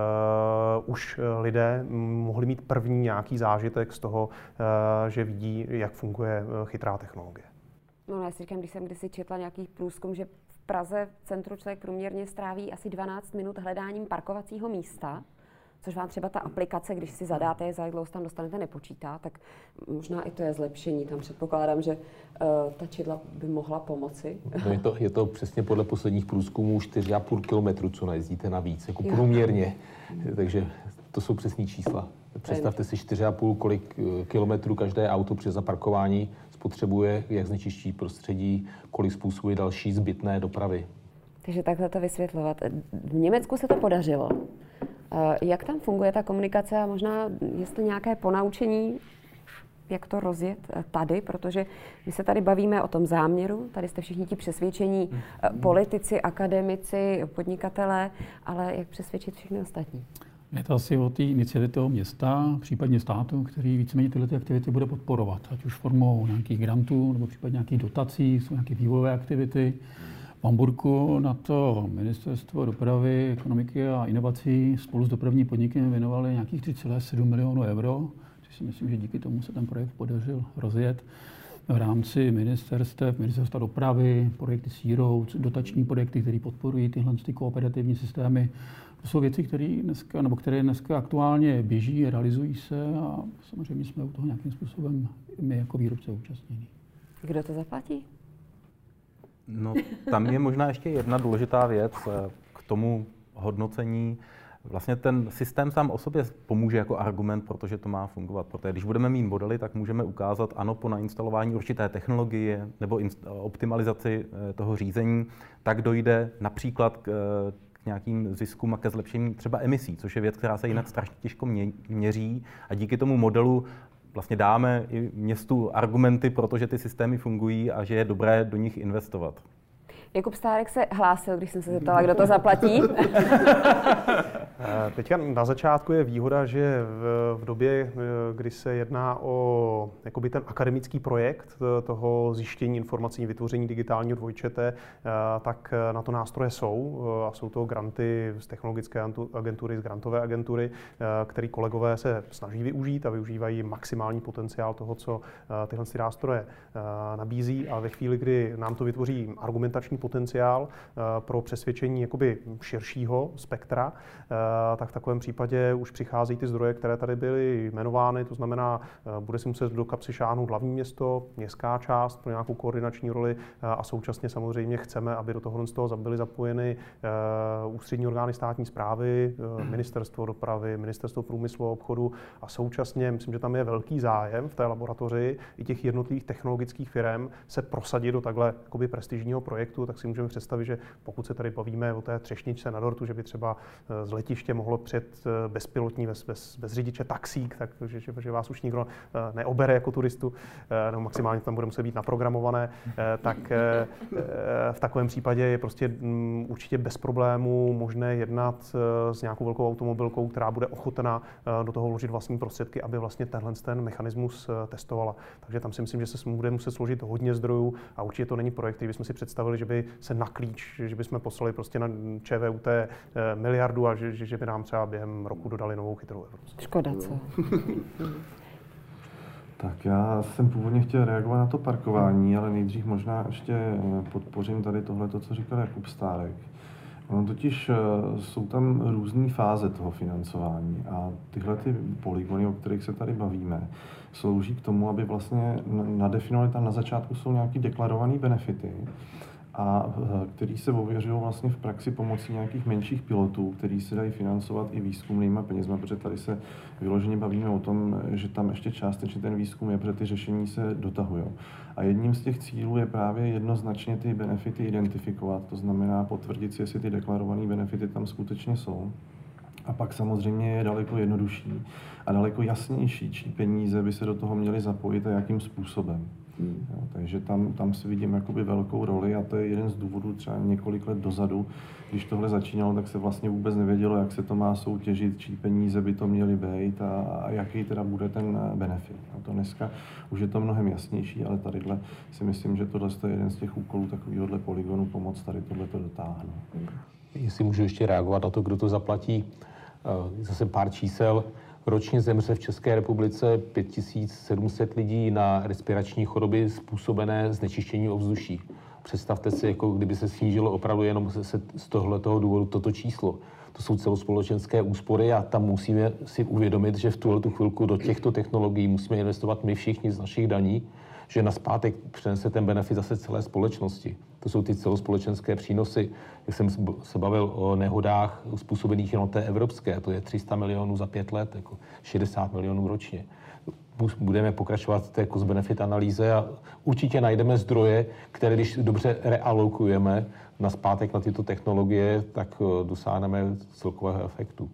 už lidé mohli mít první nějaký zážitek z toho, že vidí, jak funguje chytrá technologie. No, já si říkám, když jsem kdysi četla nějaký průzkum, že v Praze v centru člověk průměrně stráví asi 12 minut hledáním parkovacího místa, což vám třeba ta aplikace, když si zadáte, za jak dlouho tam dostanete, nepočítá, tak možná i to je zlepšení. Tam předpokládám, že ta čidla by mohla pomoci. No je to přesně podle posledních průzkumů 4,5 kilometru, co najezdíte navíc, jako průměrně. Takže to jsou přesní čísla. Představte si 4,5, kolik kilometrů každé auto při zaparkování spotřebuje, jak znečiští prostředí, kolik způsobuje další zbytné dopravy. Takže takhle to vysvětlovat. V Německu se to podařilo. Jak tam funguje ta komunikace a možná jestli nějaké ponaučení, jak to rozjet tady, protože my se tady bavíme o tom záměru, tady jste všichni ti přesvědčení politici, akademici, podnikatelé, ale jak přesvědčit všechny ostatní? Je to asi o té iniciativě toho města, případně státu, který víceméně tyhle aktivity bude podporovat, ať už formou nějakých grantů nebo případně nějakých dotací, jsou nějaké vývojové aktivity. V Hamburku na to Ministerstvo dopravy, ekonomiky a inovací spolu s dopravním podnikem věnovali nějakých 3,7 milionů euro, což si myslím, že díky tomu se ten projekt podařil rozjet. V rámci ministerstva dopravy, projekty Sea-Roads, dotační projekty, které podporují tyhle kooperativní systémy. To jsou věci, které dneska aktuálně běží, realizují se a samozřejmě jsme u toho nějakým způsobem my jako výrobce účastnění. Kdo to zaplatí? No, tam je možná ještě jedna důležitá věc k tomu hodnocení. Vlastně ten systém sám o sobě pomůže jako argument, protože to má fungovat. Protože když budeme mít modely, tak můžeme ukázat, ano, po nainstalování určité technologie nebo optimalizaci toho řízení, tak dojde například k nějakým ziskům a ke zlepšení třeba emisí, což je věc, která se jinak strašně těžko měří. A díky tomu modelu vlastně dáme i městu argumenty, protože ty systémy fungují a že je dobré do nich investovat. Jakub Stárek se hlásil, když jsem se zeptala, kdo to zaplatí. Teďka na začátku je výhoda, že v době, kdy se jedná o jakoby ten akademický projekt toho zjištění informací, vytvoření digitálního dvojčete, tak na to nástroje jsou. A jsou to granty z technologické agentury, z grantové agentury, které kolegové se snaží využít a využívají maximální potenciál toho, co tyhle nástroje nabízí. A ve chvíli, kdy nám to vytvoří argumentační potenciál pro přesvědčení jakoby širšího spektra, tak v takovém případě už přicházejí ty zdroje, které tady byly jmenovány, to znamená, bude si muset do kapsy šáhnout hlavní město, městská část pro nějakou koordinační roli a současně samozřejmě chceme, aby do toho byly zapojeny ústřední orgány státní správy, ministerstvo dopravy, ministerstvo průmyslu a obchodu a současně, myslím, že tam je velký zájem v té laboratoři i těch jednotlivých technologických firm se prosadit do takhle jakoby prestižního projektu, tak si můžeme představit, že pokud se tady bavíme o té třešničce na dortu, že by třeba z letiště mohlo přijet bezpilotní bez řidiče taxík, takže vás už nikdo neobere jako turistu, nebo maximálně tam bude muset být naprogramované, tak v takovém případě je prostě určitě bez problémů možné jednat s nějakou velkou automobilkou, která bude ochotná do toho vložit vlastní prostředky, aby vlastně ten mechanismus testovala. Takže tam si myslím, že se bude muset složit hodně zdrojů a určitě to není projekt, který bychom si představili, že by se na klíč, že bychom poslali prostě na ČVUT miliardu a že by nám třeba během roku dodali novou chytrou evropskou. Škoda, co? Tak já jsem původně chtěl reagovat na to parkování, ale nejdřív možná ještě podpořím tady tohleto, co říkal Jakub Stárek. No, totiž jsou tam různé fáze toho financování a tyhle ty polygony, o kterých se tady bavíme, slouží k tomu, aby vlastně nadefinovali tam na začátku jsou nějaké deklarované benefity a který se ověřují vlastně v praxi pomocí nějakých menších pilotů, který se dají financovat i výzkumnýma penězma, protože tady se vyloženě bavíme o tom, že tam ještě částečně ten výzkum je, protože ty řešení se dotahují. A jedním z těch cílů je právě jednoznačně ty benefity identifikovat, to znamená potvrdit si, jestli ty deklarované benefity tam skutečně jsou. A pak samozřejmě je daleko jednodušší a daleko jasnější, čí peníze by se do toho měly zapojit a jakým způsobem. Jo, takže tam si vidím jakoby velkou roli a to je jeden z důvodů třeba několik let dozadu, když tohle začínalo, tak se vlastně vůbec nevědělo, jak se to má soutěžit, čí peníze by to měly být a jaký teda bude ten benefit. A to dneska už je to mnohem jasnější, ale tadyhle si myslím, že tohle je jeden z těch úkolů takovýhohle polygonu pomoct tady tohleto dotáhnout. Jestli můžu ještě reagovat na to, kdo to zaplatí, zase pár čísel. Ročně zemře v České republice 5700 lidí na respirační choroby způsobené znečištění ovzduší. Představte si, jako kdyby se snížilo opravdu jenom z tohoto důvodu toto číslo. To jsou celospolečenské úspory a tam musíme si uvědomit, že v tuhletu chvilku do těchto technologií musíme investovat my všichni z našich daní, že nazpátek přinese ten benefit zase celé společnosti. To jsou ty celospolečenské přínosy. Jak jsem se bavil o nehodách způsobených jenom té evropské, to je 300 milionů za 5 let, jako 60 milionů ročně. Budeme pokračovat v té cost-benefit analýze a určitě najdeme zdroje, které když dobře realokujeme nazpátek na tyto technologie, tak dosáhneme celkového efektu.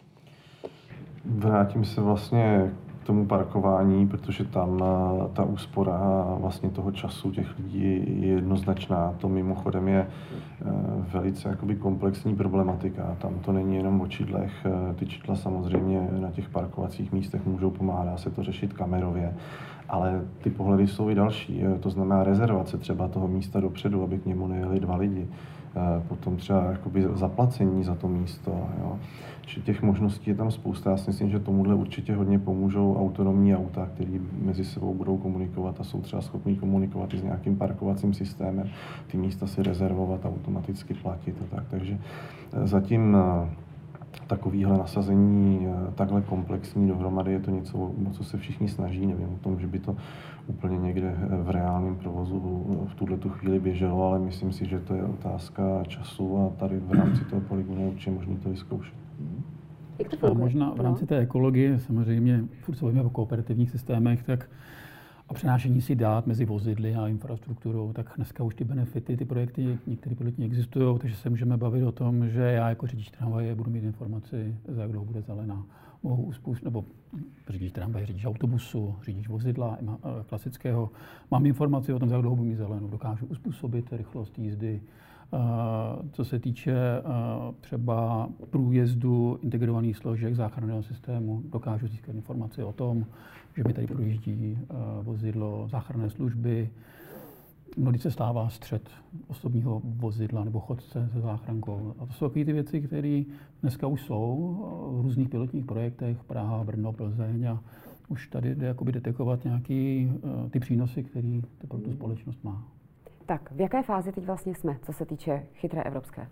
Vrátím se vlastně k tomu parkování, protože tam ta úspora vlastně toho času těch lidí je jednoznačná. To mimochodem je velice jakoby komplexní problematika. Tam to není jenom o čidlech. Ty čidla samozřejmě na těch parkovacích místech můžou pomáhat, dá se to řešit kamerově. Ale ty pohledy jsou i další. To znamená rezervace třeba toho místa dopředu, aby k němu nejeli 2 lidi. Potom třeba jakoby zaplacení za to místo. Jo. Čiže těch možností je tam spousta. Já si myslím, že tomuhle určitě hodně pomůžou autonomní auta, které mezi sebou budou komunikovat a jsou třeba schopní komunikovat i s nějakým parkovacím systémem, ty místa si rezervovat, automaticky platit a tak. Takže zatím takovýhle nasazení takhle komplexní dohromady je to něco, o co se všichni snaží. Nevím o tom, že by to úplně někde v reálném provozu v tuhletu chvíli běželo, ale myslím si, že to je otázka času a tady v rámci toho polygonu je určitě možné to vyzkoušet. A možná v rámci té ekologie, samozřejmě furt se bavíme o kooperativních systémech, tak a přenášení si dát mezi vozidly a infrastrukturou, tak dneska už ty benefity, ty projekty, některé pilotní existují, takže se můžeme bavit o tom, že já jako řidič tramvaje budu mít informaci, za jak dlouho bude zelená. Mohu nebo řidič tramvaje, řidič autobusu, řidič vozidla klasického. Mám informaci o tom, za jak dlouho budu mít zelenou. Dokážu uspůsobit rychlost jízdy. Co se týče třeba průjezdu integrovaných složek záchranného systému, dokážu získat informaci o tom, že mi tady projíždí vozidlo záchranné služby. Mnohdy se stává střet osobního vozidla nebo chodce se záchrankou. A to jsou takové ty věci, které dneska už jsou v různých pilotních projektech, Praha, Brno, Plzeň a už tady jde jakoby detekovat nějaké ty přínosy, které to pro tu společnost má. Tak, v jaké fázi teď vlastně jsme, co se týče chytré evropské?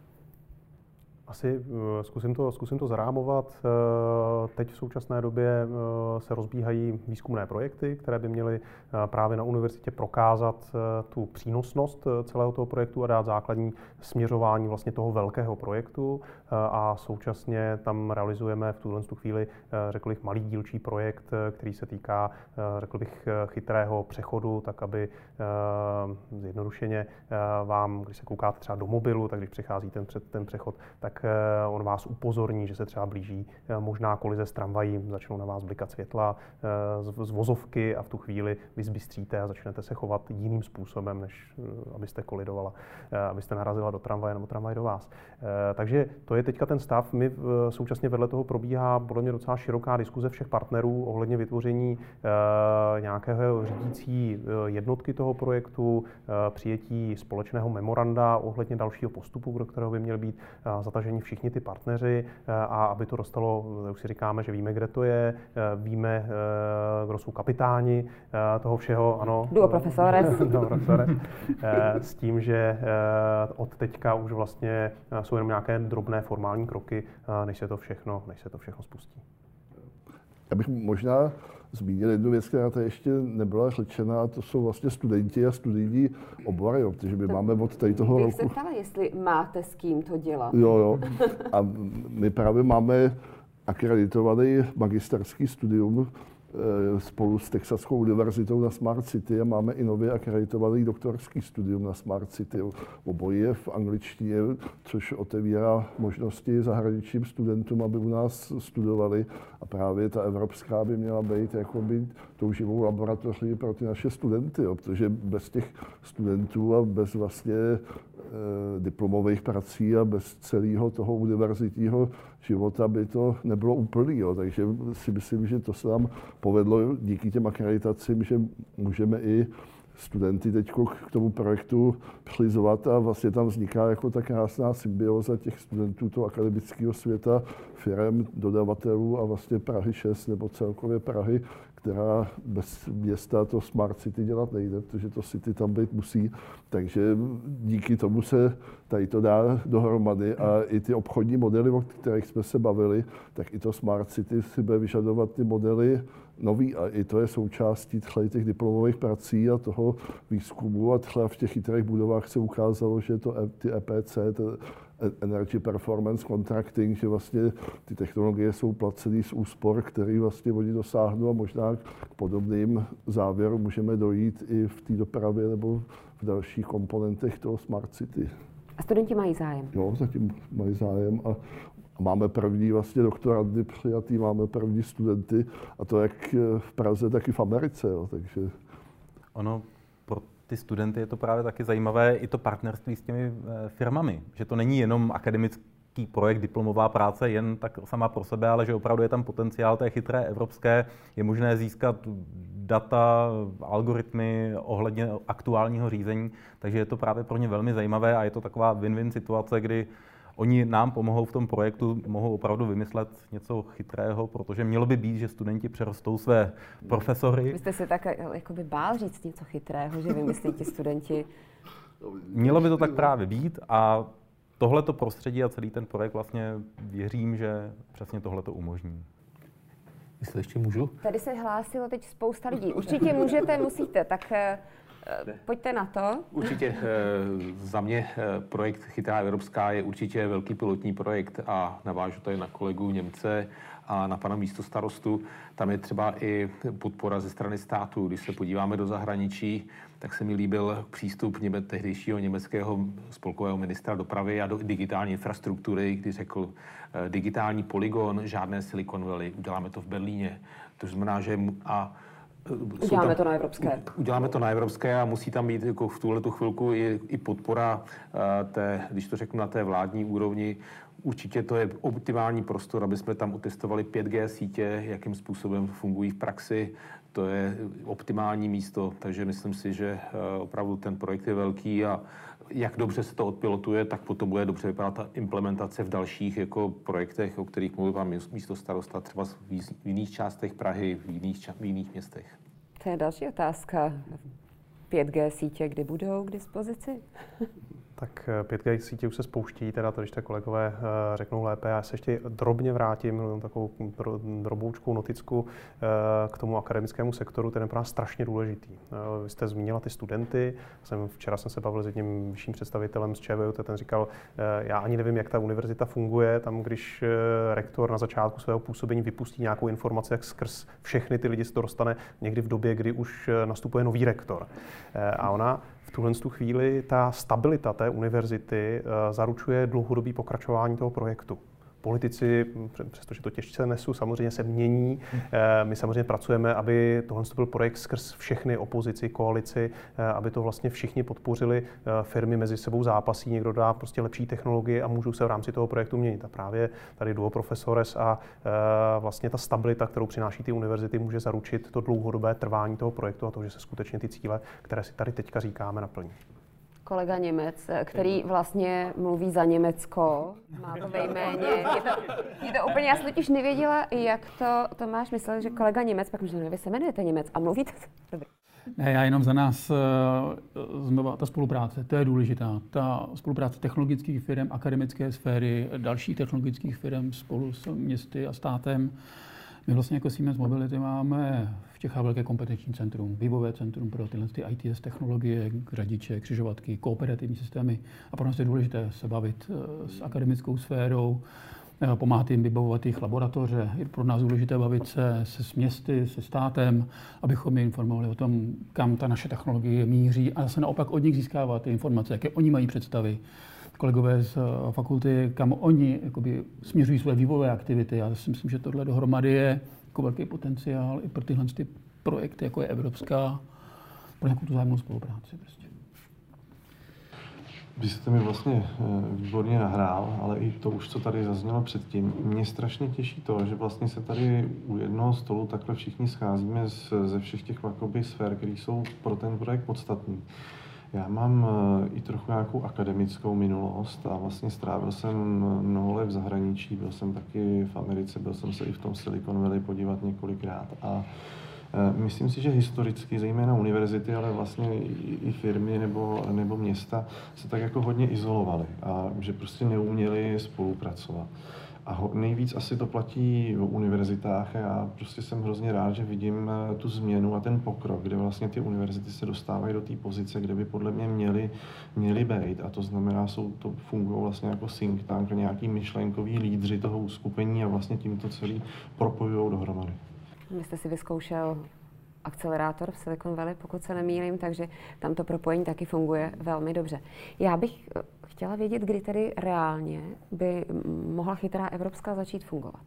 Asi zkusím to zarámovat. Teď v současné době se rozbíhají výzkumné projekty, které by měly právě na univerzitě prokázat tu přínosnost celého toho projektu a dát základní směřování vlastně toho velkého projektu. A současně tam realizujeme v tuhle chvíli, řekl bych, malý dílčí projekt, který se týká, řekl bych, chytrého přechodu, tak aby zjednodušeně vám, když se koukáte třeba do mobilu, tak když přichází ten přechod, tak on vás upozorní, že se třeba blíží možná kolize s tramvají, začnou na vás blikat světla z vozovky a v tu chvíli vy zbystříte a začnete se chovat jiným způsobem, než abyste kolidovala, abyste narazila do tramvaje nebo tramvaj do vás. Takže to je teďka ten stav. My současně vedle toho probíhá podle mě docela široká diskuze všech partnerů ohledně vytvoření nějakého řídící jednotky toho projektu, přijetí společného memoranda ohledně dalšího postupu, do kterého by měl být zataženi všichni ty partneři a aby to dostalo, už si říkáme, že víme, kde to je, víme, kdo jsou kapitáni toho všeho, ano. Duo profesores. S tím, že od teďka už vlastně jsou jenom nějaké drobné formální kroky, než se to všechno spustí. Já bych možná zmínil jednu věc, která tady ještě nebyla řečena, a to jsou vlastně studenti a studijní obory, protože my máme od tady toho roku... Bych se ptala, jestli máte s kým to dělat. Jo. A my právě máme akreditovaný magisterský studium spolu s Texaskou univerzitou na Smart City a máme i nově akreditovaný doktorský studium na Smart City. Obojí je v angličtině, což otevírá možnosti zahraničním studentům, aby u nás studovali. A právě ta evropská by měla být jakoby tou živou laboratoří pro ty naše studenty, protože bez těch studentů a bez vlastně diplomových prací a bez celého toho univerzitního života by to nebylo úplný. Jo. Takže si myslím, že to se nám povedlo díky těm akreditacím, že můžeme i studenty teď k tomu projektu přizvat a vlastně tam vzniká jako ta krásná symbioza těch studentů toho akademického světa, firem, dodavatelů a vlastně Prahy 6 nebo celkově Prahy, která bez města to Smart City dělat nejde, protože to City tam být musí. Takže díky tomu se tady to dá dohromady a i ty obchodní modely, o kterých jsme se bavili, tak i to Smart City si bude vyžadovat ty modely nový a i to je součástí těch diplomových prací a toho výzkumu a v těch chytrých budovách se ukázalo, že to ty EPC, Energy Performance Contracting, že vlastně ty technologie jsou placený z úspor, který vlastně oni dosáhnou a možná k podobným závěrům můžeme dojít i v té dopravě nebo v dalších komponentech toho Smart City. A studenti mají zájem? Jo, zatím mají zájem a máme první vlastně doktorandy přijatý, máme první studenty a to jak v Praze, tak i v Americe. Jo, takže... Ono pro ty studenty je to právě taky zajímavé i to partnerství s těmi firmami, že to není jenom akademický projekt, diplomová práce jen tak sama pro sebe, ale že opravdu je tam potenciál té chytré evropské, je možné získat data, algoritmy ohledně aktuálního řízení, takže je to právě pro ně velmi zajímavé a je to taková win-win situace, kdy oni nám pomohou v tom projektu, mohou opravdu vymyslet něco chytrého, protože mělo by být, že studenti přerostou své profesory. Vy jste se tak jakoby bál říct něco chytrého, že vymyslí ti studenti? Mělo by to tak právě být a tohleto prostředí a celý ten projekt vlastně věřím, že přesně tohleto umožní. Jestli ještě můžu? Tady se hlásilo teď spousta lidí. Určitě můžete, musíte, tak pojďte na to. Určitě za mě projekt Chytrá evropská je určitě velký pilotní projekt a navážu tady na kolegu Němce a na pana místostarostu. Tam je třeba i podpora ze strany státu. Když se podíváme do zahraničí, tak se mi líbil přístup tehdejšího německého spolkového ministra dopravy a do digitální infrastruktury, kdy řekl digitální polygon, žádné Silicon Valley, uděláme to v Berlíně. To znamená, že uděláme to na evropské. Uděláme to na evropské a musí tam být jako v tuhletu chvilku i podpora když to řeknu na té vládní úrovni. Určitě to je optimální prostor, aby jsme tam otestovali 5G sítě, jakým způsobem fungují v praxi. To je optimální místo, takže myslím si, že opravdu ten projekt je velký a jak dobře se to odpilotuje, tak potom bude dobře vypadat ta implementace v dalších jako projektech, o kterých mluví pan místostarosta, třeba v jiných částech Prahy, v jiných městech. To je další otázka. 5G sítě kdy budou k dispozici? Tak 5G sítě už se spouští, teda to, když tak kolegové řeknou lépe. Já se ještě drobně vrátím, takovou droboučkou noticku k tomu akademickému sektoru, ten je pro nás strašně důležitý. Vy jste zmínila ty studenty, včera jsem se bavil s jedním vyšším představitelem z ČVUT, ten říkal, já ani nevím, jak ta univerzita funguje, tam když rektor na začátku svého působení vypustí nějakou informaci, jak skrz všechny ty lidi se to dostane někdy v době, kdy už nastupuje nový rektor. A ona v tuhle chvíli ta stabilita té univerzity zaručuje dlouhodobý pokračování toho projektu. Politici, přestože to těžce nesu, samozřejmě se mění. My samozřejmě pracujeme, aby tohle byl projekt skrz všechny opozici, koalici, aby to vlastně všichni podpořili. Firmy mezi sebou zápasí, někdo dá prostě lepší technologie a můžou se v rámci toho projektu měnit. A právě tady Duo Professores a vlastně ta stabilita, kterou přináší ty univerzity, může zaručit to dlouhodobé trvání toho projektu a to, že se skutečně ty cíle, které si tady teďka říkáme, naplní. Kolega Němec, který vlastně mluví za Německo, má to ve jméně. Je to úplně, já jsem totiž nevěděla, jak to Tomáš myslel, že kolega Němec, pak možná vy se jmenujete Němec a mluvíte. Dobrý. Ne, já jenom za nás znova ta spolupráce, to je důležitá. Ta spolupráce technologických firm, akademické sféry, dalších technologických firm spolu s městy a státem My vlastně jako Siemens Mobility máme v Čechách velké kompetenční centrum, vývojové centrum pro tyhle ITS technologie, řadiče, křižovatky, kooperativní systémy. A pro nás je důležité se bavit s akademickou sférou, pomáhat jim vybavovat jejich laboratoře. Je pro nás důležité bavit se s městy, se státem, abychom je informovali o tom, kam ta naše technologie míří a zase naopak od nich získávat ty informace, jaké oni mají představy. Kolegové z fakulty, kam oni jakoby směřují své vývojové aktivity. Já si myslím, že tohle dohromady je jako velký potenciál i pro tyhle ty projekty, jako je evropská, pro nějakou tu vzájemnou spolupráci. Prostě. Vy jste mi vlastně výborně nahrál, ale i to už, co tady zaznělo předtím. Mě strašně těší to, že vlastně se tady u jednoho stolu takhle všichni scházíme ze všech těch sfér, které jsou pro ten projekt podstatný. Já mám i trochu nějakou akademickou minulost a vlastně strávil jsem mnoho let v zahraničí, byl jsem taky v Americe, byl jsem se i v tom Silicon Valley podívat několikrát a myslím si, že historicky, zejména univerzity, ale vlastně i firmy nebo města se tak jako hodně izolovaly a že prostě neuměli spolupracovat. A nejvíc asi to platí o univerzitách a já prostě jsem hrozně rád, že vidím tu změnu a ten pokrok, kde vlastně ty univerzity se dostávají do té pozice, kde by podle mě měly být. A to znamená, fungují vlastně jako think tank, nějaký myšlenkový lídři toho uskupení a vlastně tímto celý propojují dohromady. Vy jste si vyzkoušel akcelerátor v Silicon Valley, pokud se nemýlím, takže tam to propojení taky funguje velmi dobře. Já bych chtěla vědět, kdy tedy reálně by mohla chytrá evropská začít fungovat.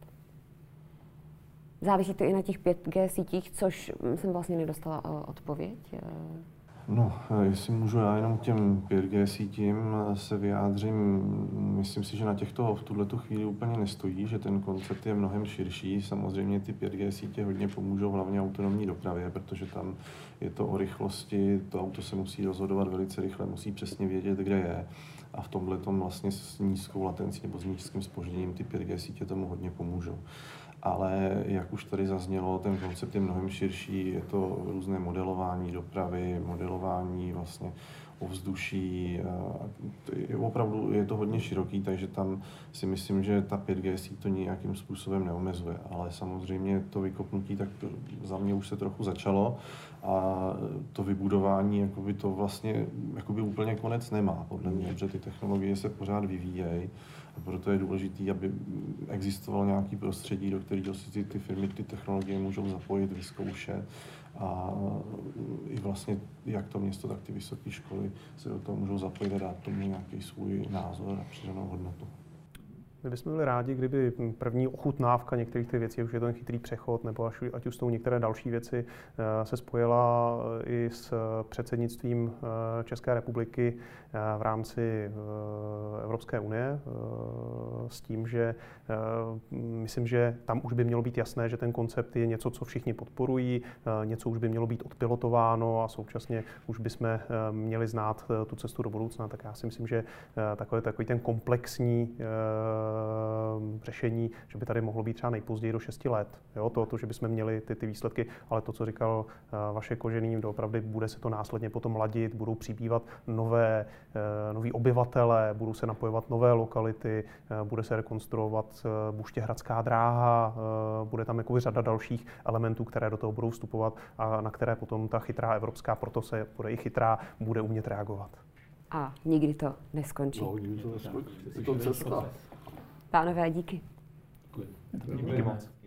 Závisí to i na těch 5G sítích, což jsem vlastně nedostala odpověď. No, jestli můžu já jenom k těm 5G sítím se vyjádřím, myslím si, že na těchto v tuhletu chvíli úplně nestojí, že ten koncept je mnohem širší. Samozřejmě ty 5G sítě hodně pomůžou hlavně autonomní dopravě, protože tam je to o rychlosti, to auto se musí rozhodovat velice rychle, musí přesně vědět, kde je. A v tomhletom vlastně s nízkou latencí nebo s nízkým zpožděním ty 5G sítě tomu hodně pomůžou. Ale jak už tady zaznělo, ten koncept je mnohem širší, je to různé modelování dopravy, modelování vlastně ovzduší, opravdu je to hodně široký, takže tam si myslím, že ta 5G síť to nějakým způsobem neomezuje, ale samozřejmě to vykopnutí tak za mě už se trochu začalo a to vybudování jakoby to vlastně jakoby úplně konec nemá, podle mě, protože ty technologie se pořád vyvíjejí a proto je důležité, aby existovalo nějaké prostředí, do kterého si ty firmy ty technologie můžou zapojit, vyzkoušet a i vlastně jak to město, tak ty vysoké školy se do toho můžou zapojit a dát tomu nějaký svůj názor a přidanou hodnotu. My bychom byli rádi, kdyby první ochutnávka některých těch věcí, už je to ten chytrý přechod, nebo ať už jsou některé další věci, se spojila i s předsednictvím České republiky v rámci Evropské unie, s tím, že myslím, že tam už by mělo být jasné, že ten koncept je něco, co všichni podporují, něco už by mělo být odpilotováno a současně už bychom měli znát tu cestu do budoucna. Tak já si myslím, že takový ten komplexní řešení, že by tady mohlo být třeba nejpozději do 6 let. Jo, to, že bychom měli ty výsledky, ale to, co říkal Vašek Kožený, doopravdy bude se to následně potom ladit, budou přibývat noví obyvatele, budou se napojovat nové lokality, bude se rekonstruovat Buštěhradská dráha, bude tam jako řada dalších elementů, které do toho budou vstupovat a na které potom ta chytrá evropská, proto se bude i chytrá, bude umět reagovat. A nikdy to neskončí. No, nikdy to neskončí. Je to cesta. Pánové, díky. Díky moc.